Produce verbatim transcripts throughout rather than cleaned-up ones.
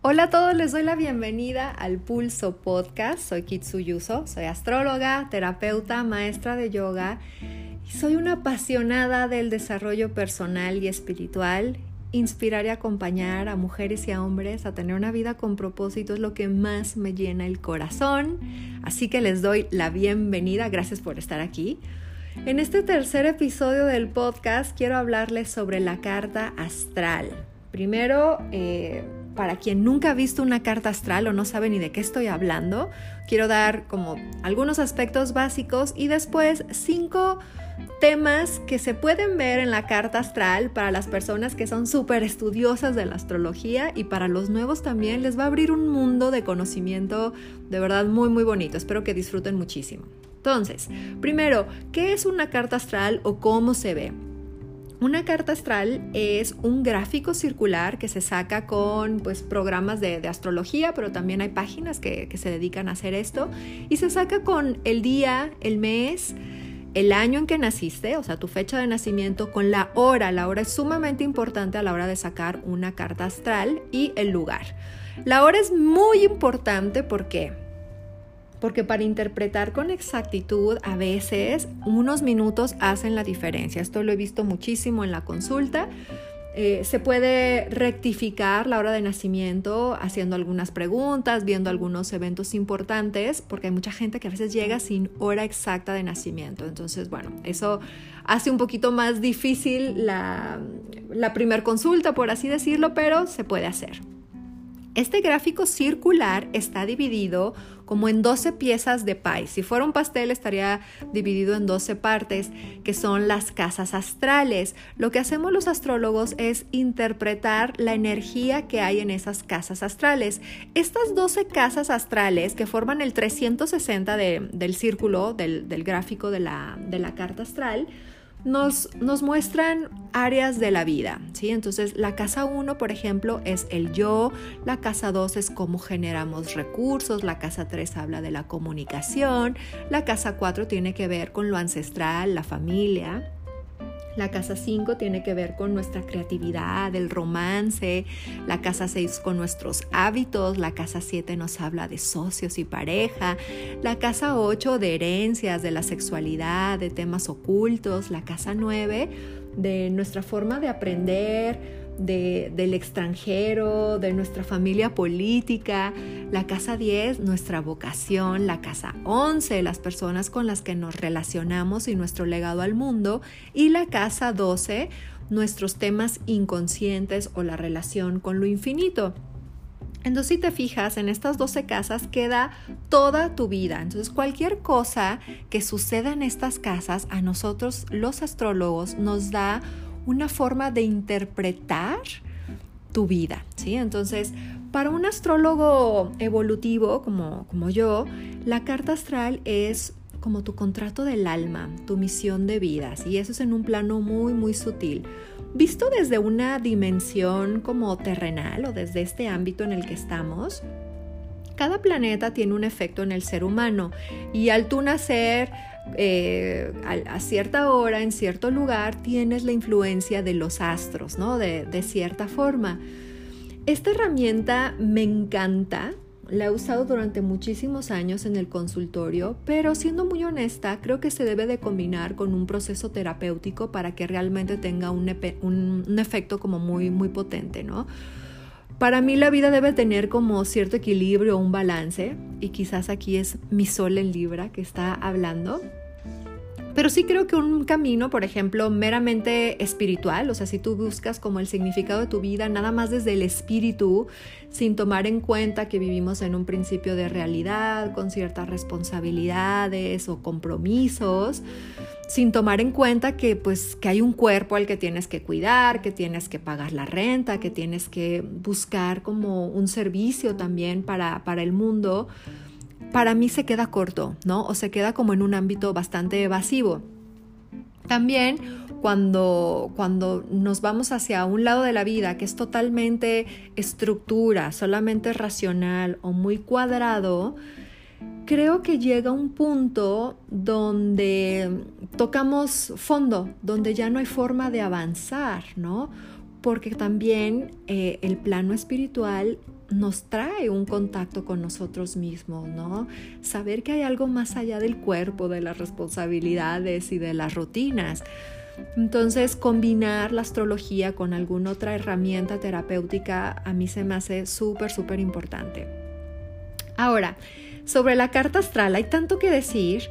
Hola a todos, les doy la bienvenida al Pulso Podcast. Soy Kitsu Yuso, soy astróloga, terapeuta, maestra de yoga y soy una apasionada del desarrollo personal y espiritual. Inspirar y acompañar a mujeres y a hombres a tener una vida con propósito es lo que más me llena el corazón. Así que les doy la bienvenida, gracias por estar aquí. En este tercer episodio del podcast quiero hablarles sobre la carta astral. Primero, eh, para quien nunca ha visto una carta astral o no sabe ni de qué estoy hablando, quiero dar como algunos aspectos básicos y después cinco temas que se pueden ver en la carta astral para las personas que son súper estudiosas de la astrología, y para los nuevos también les va a abrir un mundo de conocimiento de verdad muy muy bonito. Espero que disfruten muchísimo. Entonces, primero, ¿qué es una carta astral o cómo se ve? Una carta astral es un gráfico circular que se saca con pues, programas de, de astrología, pero también hay páginas que, que se dedican a hacer esto, y se saca con el día, el mes, el año en que naciste, o sea, tu fecha de nacimiento, con la hora. La hora es sumamente importante a la hora de sacar una carta astral, y el lugar. La hora es muy importante, ¿por qué? Porque para interpretar con exactitud a veces unos minutos hacen la diferencia. Esto lo he visto muchísimo en la consulta. Eh, se puede rectificar la hora de nacimiento haciendo algunas preguntas, viendo algunos eventos importantes, porque hay mucha gente que a veces llega sin hora exacta de nacimiento. Entonces, bueno, eso hace un poquito más difícil la, la primer consulta, por así decirlo, pero se puede hacer. Este gráfico circular está dividido como en doce piezas de pie. Si fuera un pastel estaría dividido en doce partes, que son las casas astrales. Lo que hacemos los astrólogos es interpretar la energía que hay en esas casas astrales. Estas doce casas astrales que forman el trescientos sesenta de, del círculo, del, del gráfico de la, de la carta astral, Nos, nos muestran áreas de la vida, ¿sí? Entonces, la casa uno, por ejemplo, es el yo, la casa dos es cómo generamos recursos, la casa tres habla de la comunicación, la casa cuatro tiene que ver con lo ancestral, la familia. La casa cinco tiene que ver con nuestra creatividad, el romance, la casa seis con nuestros hábitos, la casa siete nos habla de socios y pareja, la casa ocho de herencias, de la sexualidad, de temas ocultos, la casa nueve de nuestra forma de aprender, de, del extranjero, de nuestra familia política, la casa diez, nuestra vocación, la casa once, las personas con las que nos relacionamos y nuestro legado al mundo, y la casa doce, nuestros temas inconscientes o la relación con lo infinito. Entonces, si te fijas, en estas doce casas queda toda tu vida. Entonces, cualquier cosa que suceda en estas casas, a nosotros los astrólogos nos da una forma de interpretar tu vida, ¿sí? Entonces, para un astrólogo evolutivo como, como yo, la carta astral es como tu contrato del alma, tu misión de vida, ¿sí? Y eso es en un plano muy, muy sutil. Visto desde una dimensión como terrenal o desde este ámbito en el que estamos, cada planeta tiene un efecto en el ser humano, y al tú nacer eh, a, a cierta hora, en cierto lugar, tienes la influencia de los astros, ¿no? De, de cierta forma. Esta herramienta me encanta. La he usado durante muchísimos años en el consultorio, pero siendo muy honesta, creo que se debe de combinar con un proceso terapéutico para que realmente tenga un, epe, un, un efecto como muy, muy potente, ¿no? Para mí la vida debe tener como cierto equilibrio, un balance, y quizás aquí es mi sol en Libra que está hablando. Pero sí creo que un camino, por ejemplo, meramente espiritual, o sea, si tú buscas como el significado de tu vida nada más desde el espíritu, sin tomar en cuenta que vivimos en un principio de realidad, con ciertas responsabilidades o compromisos, sin tomar en cuenta que, pues, que hay un cuerpo al que tienes que cuidar, que tienes que pagar la renta, que tienes que buscar como un servicio también para, para el mundo, para mí se queda corto, ¿no? O se queda como en un ámbito bastante evasivo. También cuando, cuando nos vamos hacia un lado de la vida que es totalmente estructura, solamente racional o muy cuadrado, creo que llega un punto donde tocamos fondo, donde ya no hay forma de avanzar, ¿no? Porque también eh, el plano espiritual nos trae un contacto con nosotros mismos, ¿no? Saber que hay algo más allá del cuerpo, de las responsabilidades y de las rutinas. Entonces, combinar la astrología con alguna otra herramienta terapéutica a mí se me hace súper, súper importante. Ahora, sobre la carta astral hay tanto que decir.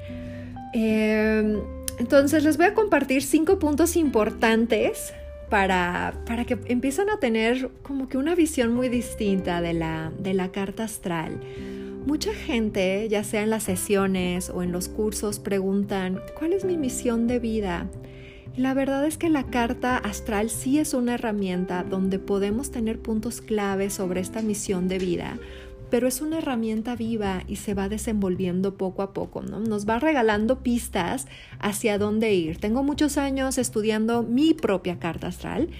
Eh, entonces, les voy a compartir cinco puntos importantes para, para que empiecen a tener como que una visión muy distinta de la, de la carta astral. Mucha gente, ya sea en las sesiones o en los cursos, preguntan, ¿cuál es mi misión de vida? La verdad es que la carta astral sí es una herramienta donde podemos tener puntos clave sobre esta misión de vida, pero es una herramienta viva y se va desenvolviendo poco a poco, ¿no? Nos va regalando pistas hacia dónde ir. Tengo muchos años estudiando mi propia carta astral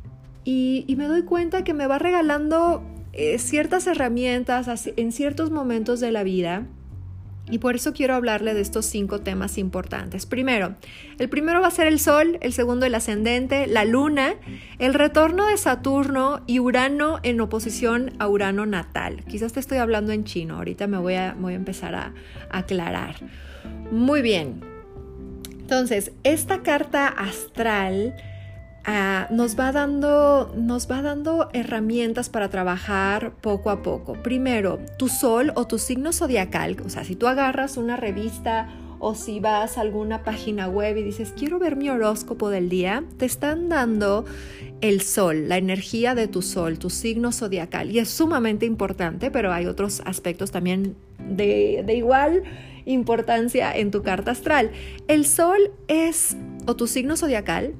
y, y me doy cuenta que me va regalando eh, ciertas herramientas en ciertos momentos de la vida. Y por eso quiero hablarle de estos cinco temas importantes. Primero, el primero va a ser el Sol, el segundo el ascendente, la Luna, el retorno de Saturno y Urano en oposición a Urano natal. Quizás te estoy hablando en chino, ahorita me voy a, voy a empezar a, a aclarar. Muy bien. Entonces, esta carta astral Uh, nos va dando, nos va dando herramientas para trabajar poco a poco. Primero, tu sol o tu signo zodiacal, o sea, si tú agarras una revista o si vas a alguna página web y dices, quiero ver mi horóscopo del día, te están dando el sol, la energía de tu sol, tu signo zodiacal, y es sumamente importante, pero hay otros aspectos también de, de igual importancia en tu carta astral. El sol es, o tu signo zodiacal,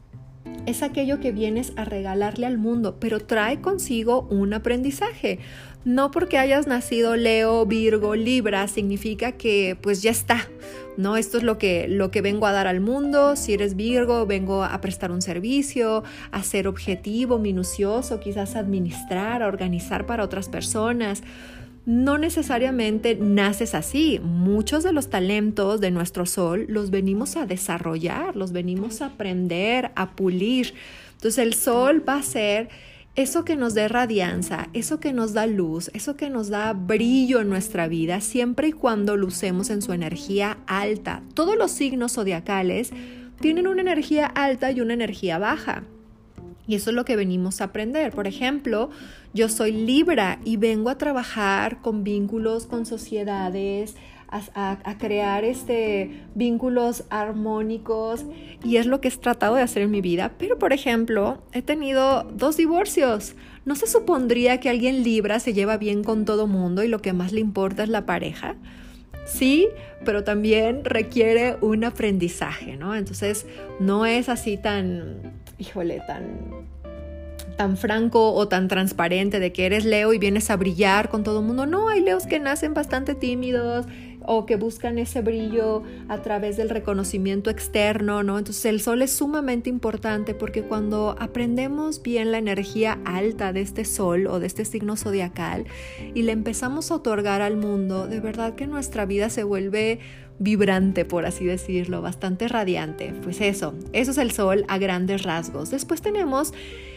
es aquello que vienes a regalarle al mundo, pero trae consigo un aprendizaje. No porque hayas nacido Leo, Virgo, Libra, significa que pues ya está, ¿no? Esto es lo que, lo que vengo a dar al mundo. Si eres Virgo, vengo a prestar un servicio, a ser objetivo, minucioso, quizás a administrar, a organizar para otras personas. No necesariamente naces así. Muchos de los talentos de nuestro sol los venimos a desarrollar, los venimos a aprender, a pulir. Entonces el sol va a ser eso que nos dé radianza, eso que nos da luz, eso que nos da brillo en nuestra vida, siempre y cuando lo usemos en su energía alta. Todos los signos zodiacales tienen una energía alta y una energía baja. Y eso es lo que venimos a aprender. Por ejemplo, yo soy Libra y vengo a trabajar con vínculos con sociedades, a, a, a crear este, vínculos armónicos, y es lo que he tratado de hacer en mi vida. Pero, por ejemplo, he tenido dos divorcios. ¿No se supondría que alguien Libra se lleva bien con todo mundo y lo que más le importa es la pareja? Sí, pero también requiere un aprendizaje, ¿no? Entonces, no es así tan, híjole, tan, tan franco o tan transparente de que eres Leo y vienes a brillar con todo el mundo. No, hay Leos que nacen bastante tímidos o que buscan ese brillo a través del reconocimiento externo, ¿no? Entonces, el sol es sumamente importante porque cuando aprendemos bien la energía alta de este sol o de este signo zodiacal y le empezamos a otorgar al mundo, de verdad que nuestra vida se vuelve vibrante, por así decirlo, bastante radiante. Pues eso, eso es el sol a grandes rasgos. Después tenemos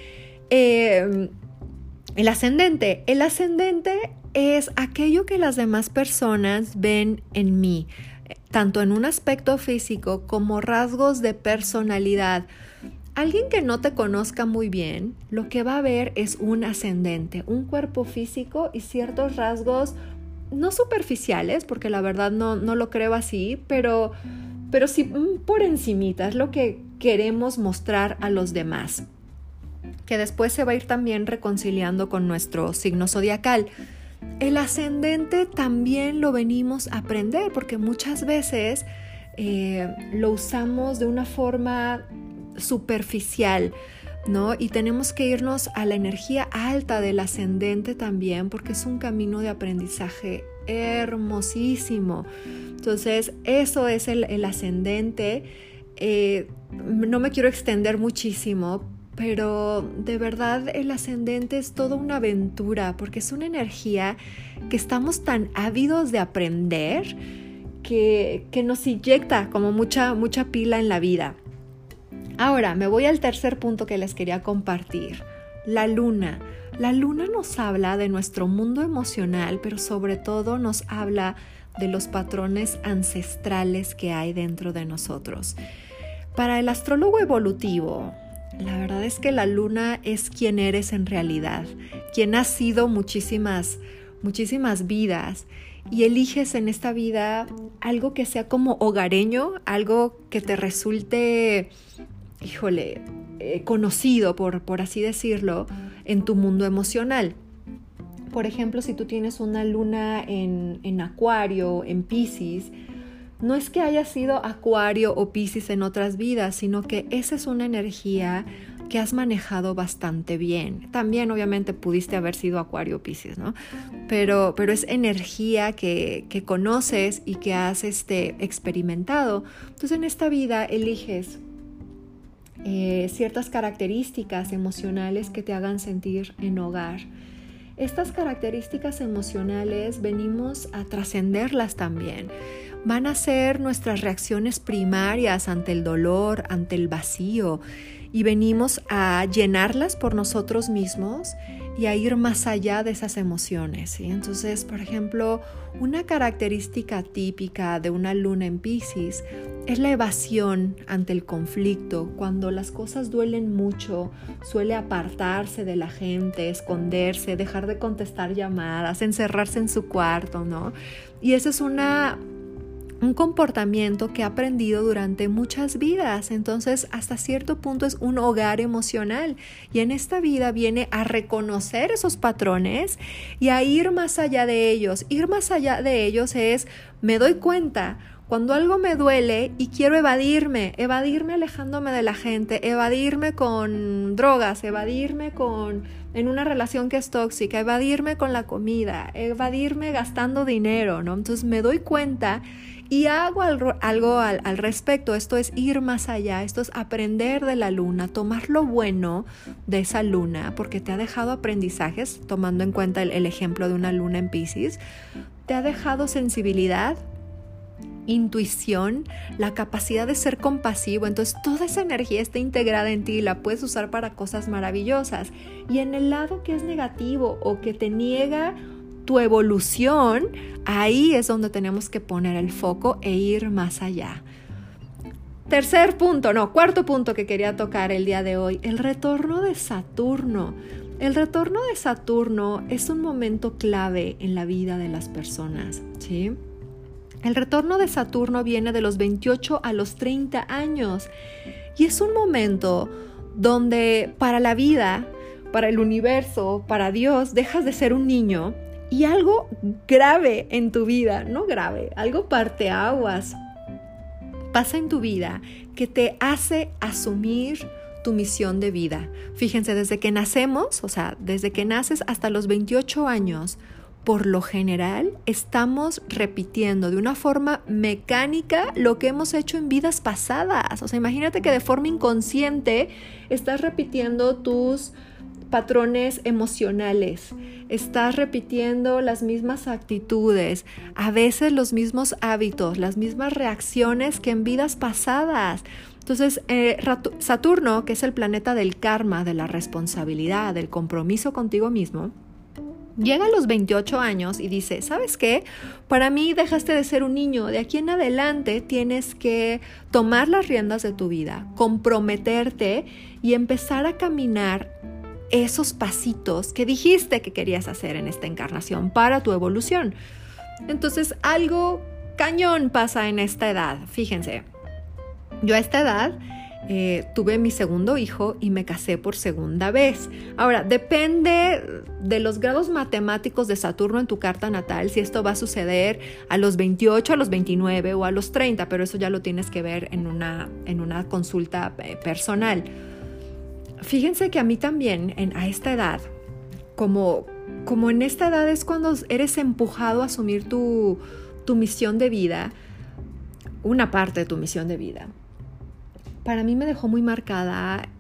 eh, el ascendente. El ascendente es aquello que las demás personas ven en mí, tanto en un aspecto físico como rasgos de personalidad. Alguien que no te conozca muy bien, lo que va a ver es un ascendente, un cuerpo físico y ciertos rasgos no superficiales, porque la verdad no, no lo creo así, pero, pero sí por encimita, es lo que queremos mostrar a los demás, que después se va a ir también reconciliando con nuestro signo zodiacal. El ascendente también lo venimos a aprender porque muchas veces eh, lo usamos de una forma superficial, ¿no? Y tenemos que irnos a la energía alta del ascendente también porque es un camino de aprendizaje hermosísimo. Entonces, eso es el, el ascendente. Eh, no me quiero extender muchísimo, pero de verdad el ascendente es toda una aventura porque es una energía que estamos tan ávidos de aprender que, que nos inyecta como mucha, mucha pila en la vida. Ahora me voy al tercer punto que les quería compartir, la luna. La luna nos habla de nuestro mundo emocional, pero sobre todo nos habla de los patrones ancestrales que hay dentro de nosotros. Para el astrólogo evolutivo, la verdad es que la luna es quien eres en realidad, quien has sido muchísimas, muchísimas vidas, y eliges en esta vida algo que sea como hogareño, algo que te resulte, híjole, eh, conocido, por, por así decirlo, en tu mundo emocional. Por ejemplo, si tú tienes una luna en, en Acuario, en Piscis, no es que haya sido Acuario o Piscis en otras vidas, sino que esa es una energía que has manejado bastante bien. También obviamente pudiste haber sido Acuario o Piscis, ¿no? Pero, pero es energía que, que conoces y que has este, experimentado. Entonces en esta vida eliges eh, ciertas características emocionales que te hagan sentir en hogar. Estas características emocionales venimos a trascenderlas también. Van a ser nuestras reacciones primarias ante el dolor, ante el vacío, y venimos a llenarlas por nosotros mismos y a ir más allá de esas emociones, ¿sí? Entonces, por ejemplo, una característica típica de una luna en Piscis es la evasión ante el conflicto. Cuando las cosas duelen mucho, suele apartarse de la gente, esconderse, dejar de contestar llamadas, encerrarse en su cuarto, ¿no? Y esa es una... un comportamiento que ha aprendido durante muchas vidas. Entonces, hasta cierto punto es un hogar emocional, y en esta vida viene a reconocer esos patrones y a ir más allá de ellos. Ir más allá de ellos es, me doy cuenta cuando algo me duele y quiero evadirme, evadirme alejándome de la gente, evadirme con drogas, evadirme con en una relación que es tóxica, evadirme con la comida, evadirme gastando dinero, ¿no? Entonces me doy cuenta y hago algo, algo al, al respecto. Esto es ir más allá, esto es aprender de la luna, tomar lo bueno de esa luna, porque te ha dejado aprendizajes, tomando en cuenta el, el ejemplo de una luna en Piscis, te ha dejado sensibilidad, intuición, la capacidad de ser compasivo. Entonces toda esa energía está integrada en ti y la puedes usar para cosas maravillosas. Y en el lado que es negativo o que te niega tu evolución, ahí es donde tenemos que poner el foco e ir más allá. Tercer punto, no, cuarto punto que quería tocar el día de hoy, el retorno de Saturno. El retorno de Saturno es un momento clave en la vida de las personas, ¿sí? El retorno de Saturno viene de los veintiocho a los treinta años y es un momento donde para la vida, para el universo, para Dios, dejas de ser un niño y algo grave en tu vida, no grave, algo parteaguas, pasa en tu vida que te hace asumir tu misión de vida. Fíjense, desde que nacemos, o sea, desde que naces hasta los veintiocho años, por lo general estamos repitiendo de una forma mecánica lo que hemos hecho en vidas pasadas. O sea, imagínate que de forma inconsciente estás repitiendo tus patrones emocionales, estás repitiendo las mismas actitudes, a veces los mismos hábitos, las mismas reacciones que en vidas pasadas. Entonces, eh, Saturno, que es el planeta del karma, de la responsabilidad, del compromiso contigo mismo, llega a los veintiocho años y dice, ¿sabes qué? Para mí dejaste de ser un niño, de aquí en adelante tienes que tomar las riendas de tu vida, comprometerte y empezar a caminar esos pasitos que dijiste que querías hacer en esta encarnación para tu evolución. Entonces, algo cañón pasa en esta edad. Fíjense, yo a esta edad Eh, tuve mi segundo hijo y me casé por segunda vez. Ahora, depende de los grados matemáticos de Saturno en tu carta natal, si esto va a suceder a los veintiocho, a los veintinueve o a los treinta, pero eso ya lo tienes que ver en una, en una consulta eh, personal. Fíjense que a mí también, en, a esta edad, como, como en esta edad es cuando eres empujado a asumir tu, tu misión de vida, una parte de tu misión de vida. Para mí me dejó muy marcada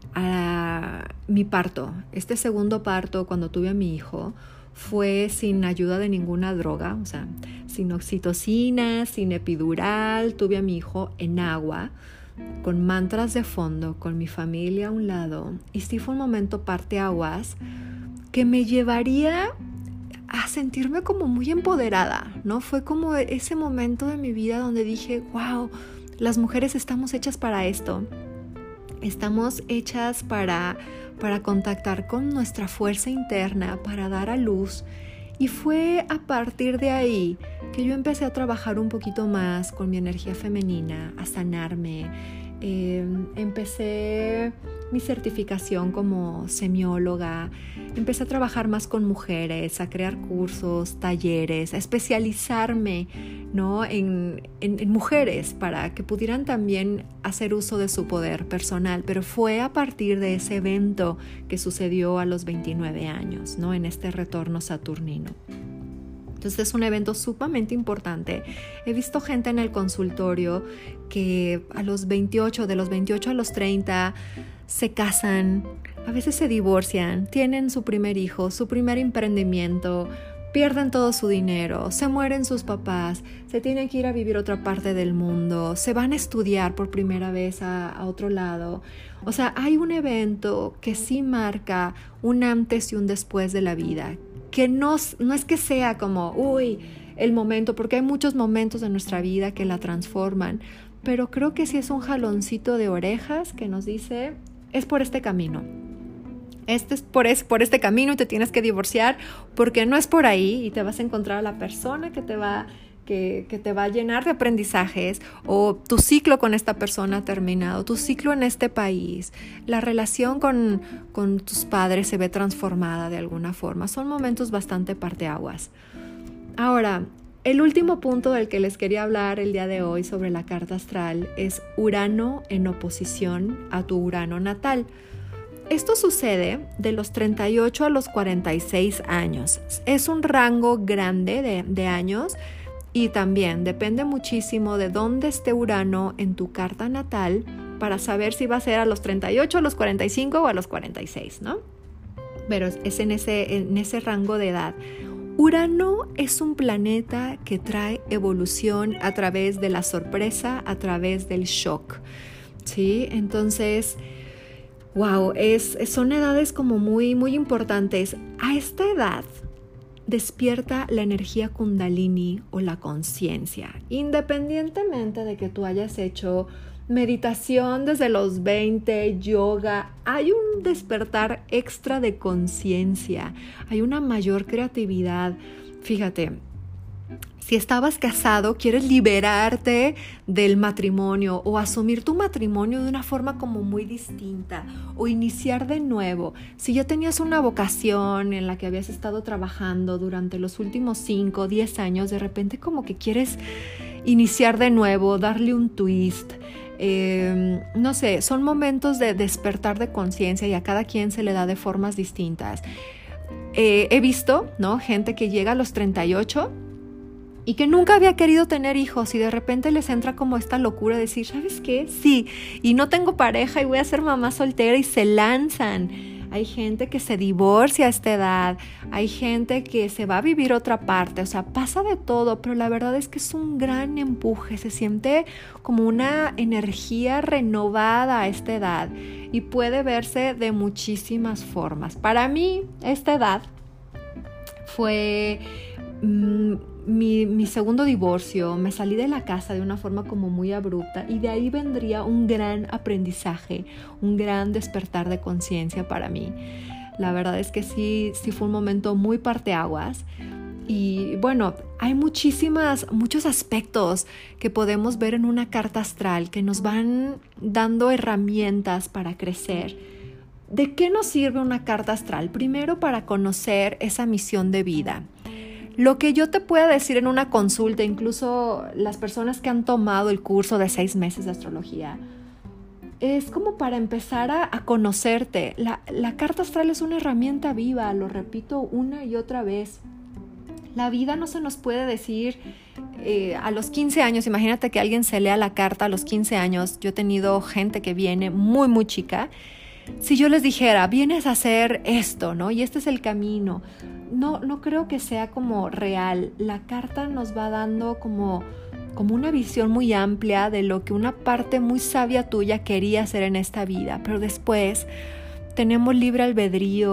a mi parto. Este segundo parto, cuando tuve a mi hijo, fue sin ayuda de ninguna droga, o sea, sin oxitocina, sin epidural. Tuve a mi hijo en agua, con mantras de fondo, con mi familia a un lado. Y sí fue un momento parteaguas que me llevaría a sentirme como muy empoderada, ¿no? Fue como ese momento de mi vida donde dije, wow, las mujeres estamos hechas para esto. Estamos hechas para, para contactar con nuestra fuerza interna, para dar a luz. Y fue a partir de ahí que yo empecé a trabajar un poquito más con mi energía femenina, a sanarme. Eh, empecé mi certificación como semióloga, empecé a trabajar más con mujeres, a crear cursos, talleres, a especializarme, ¿no? en, en, en mujeres para que pudieran también hacer uso de su poder personal. Pero fue a partir de ese evento que sucedió a los veintinueve años, ¿no? En este retorno saturnino. Entonces es un evento sumamente importante. He visto gente en el consultorio que a los veintiocho, de los veintiocho a los treinta, se casan, a veces se divorcian, tienen su primer hijo, su primer emprendimiento, pierden todo su dinero, se mueren sus papás, se tienen que ir a vivir a otra parte del mundo, se van a estudiar por primera vez a, a otro lado. O sea, hay un evento que sí marca un antes y un después de la vida, que no, no es que sea como, uy, el momento, porque hay muchos momentos de nuestra vida que la transforman, pero creo que sí es un jaloncito de orejas que nos dice, es por este camino. Este es por, es por este camino y te tienes que divorciar porque no es por ahí y te vas a encontrar a la persona que te va, que, que te va a llenar de aprendizajes, o tu ciclo con esta persona ha terminado, tu ciclo en este país, la relación con, con tus padres se ve transformada de alguna forma. Son momentos bastante parteaguas. Ahora, el último punto del que les quería hablar el día de hoy sobre la carta astral es Urano en oposición a tu Urano natal. Esto sucede de los treinta y ocho a los cuarenta y seis años. Es un rango grande de, de años y también depende muchísimo de dónde esté Urano en tu carta natal para saber si va a ser a los treinta y ocho, a los cuarenta y cinco o a los cuarenta y seis, ¿no? Pero es en ese, en ese rango de edad. Urano es un planeta que trae evolución a través de la sorpresa, a través del shock, ¿sí? Entonces, wow, es, son edades como muy, muy importantes. A esta edad despierta la energía Kundalini o la conciencia, independientemente de que tú hayas hecho meditación desde los veinte, yoga, hay un despertar extra de conciencia, hay una mayor creatividad. Fíjate, si estabas casado, quieres liberarte del matrimonio o asumir tu matrimonio de una forma como muy distinta o iniciar de nuevo. Si ya tenías una vocación en la que habías estado trabajando durante los últimos cinco o diez años, de repente como que quieres iniciar de nuevo, darle un twist. Eh, no sé, son momentos de despertar de conciencia y a cada quien se le da de formas distintas. Eh, he visto, ¿no? Gente que llega a los treinta y ocho y que nunca había querido tener hijos y de repente les entra como esta locura de decir, ¿sabes qué? Sí, y no tengo pareja y voy a ser mamá soltera, y se lanzan. Hay gente que se divorcia a esta edad, hay gente que se va a vivir otra parte, o sea, pasa de todo, pero la verdad es que es un gran empuje, se siente como una energía renovada a esta edad y puede verse de muchísimas formas. Para mí, esta edad fue mmm, mi, mi segundo divorcio, me salí de la casa de una forma como muy abrupta y de ahí vendría un gran aprendizaje, un gran despertar de conciencia para mí. La verdad es que sí, sí fue un momento muy parteaguas. Y bueno, hay muchísimas, muchos aspectos que podemos ver en una carta astral que nos van dando herramientas para crecer. ¿De qué nos sirve una carta astral? Primero, para conocer esa misión de vida. Lo que yo te pueda decir en una consulta, incluso las personas que han tomado el curso de seis meses de astrología, es como para empezar a, a conocerte. La, la carta astral es una herramienta viva, lo repito una y otra vez. La vida no se nos puede decir eh, a los quince años. Imagínate que alguien se lea la carta a los quince años. Yo he tenido gente que viene muy, muy chica. Si yo les dijera, vienes a hacer esto, ¿no? Y este es el camino. No, no creo que sea como real. La carta nos va dando como, como una visión muy amplia de lo que una parte muy sabia tuya quería hacer en esta vida. Pero después tenemos libre albedrío,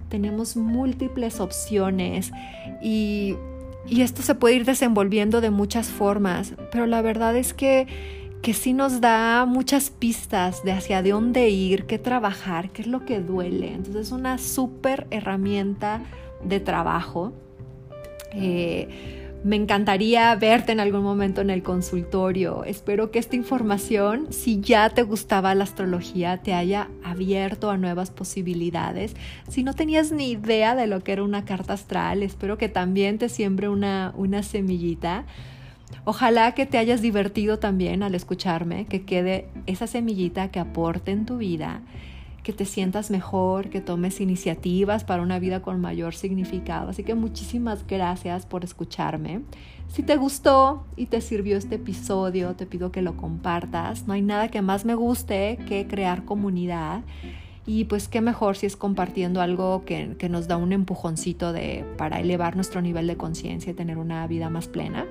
tenemos múltiples opciones y, y esto se puede ir desenvolviendo de muchas formas, pero la verdad es que, que sí nos da muchas pistas de hacia dónde ir, qué trabajar, qué es lo que duele. Entonces es una súper herramienta de trabajo. Eh, Me encantaría verte en algún momento en el consultorio. Espero que esta información, si ya te gustaba la astrología, te haya abierto a nuevas posibilidades. Si no tenías ni idea de lo que era una carta astral, espero que también te siembre una, una semillita. Ojalá que te hayas divertido también al escucharme, que quede esa semillita que aporte en tu vida, que te sientas mejor, que tomes iniciativas para una vida con mayor significado. Así que muchísimas gracias por escucharme. Si te gustó y te sirvió este episodio, te pido que lo compartas. No hay nada que más me guste que crear comunidad. Y pues qué mejor si es compartiendo algo que, que nos da un empujoncito de, para elevar nuestro nivel de conciencia y tener una vida más plena.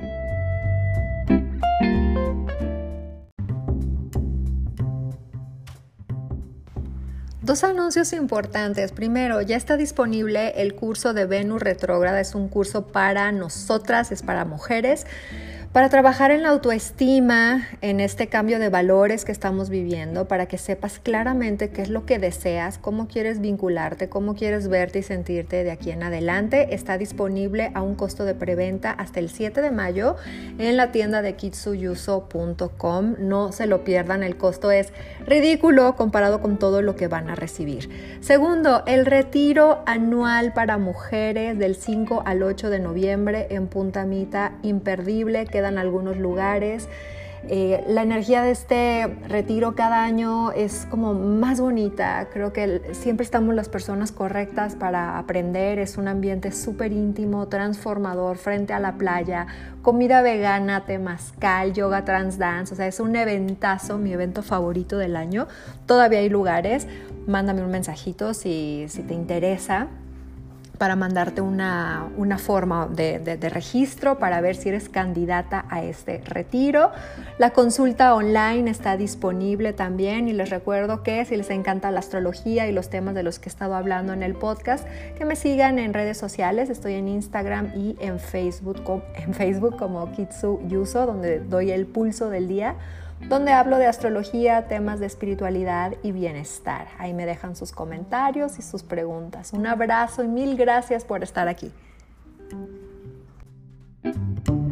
Dos anuncios importantes. Primero, ya está disponible el curso de Venus retrógrada. Es un curso para nosotras, es para mujeres, para trabajar en la autoestima, en este cambio de valores que estamos viviendo, para que sepas claramente qué es lo que deseas, cómo quieres vincularte, cómo quieres verte y sentirte de aquí en adelante. Está disponible a un costo de preventa hasta el siete de mayo en la tienda de kitsuyuso punto com. No se lo pierdan, el costo es ridículo comparado con todo lo que van a recibir. Segundo, el retiro anual para mujeres del cinco al ocho de noviembre en Punta Mita, imperdible. Quedan algunos lugares. Eh, la energía de este retiro cada año es como más bonita. Creo que siempre estamos las personas correctas para aprender. Es un ambiente súper íntimo, transformador, frente a la playa, comida vegana, temazcal, yoga, trans dance. O sea, es un eventazo, mi evento favorito del año. Todavía hay lugares. Mándame un mensajito si, si te interesa, para mandarte una, una forma de, de, de registro para ver si eres candidata a este retiro. La consulta online está disponible también y les recuerdo que si les encanta la astrología y los temas de los que he estado hablando en el podcast, que me sigan en redes sociales. Estoy en Instagram y en Facebook, en Facebook como Kitsu Yuso, donde doy el pulso del día, donde hablo de astrología, temas de espiritualidad y bienestar. Ahí me dejan sus comentarios y sus preguntas. Un abrazo y mil gracias por estar aquí.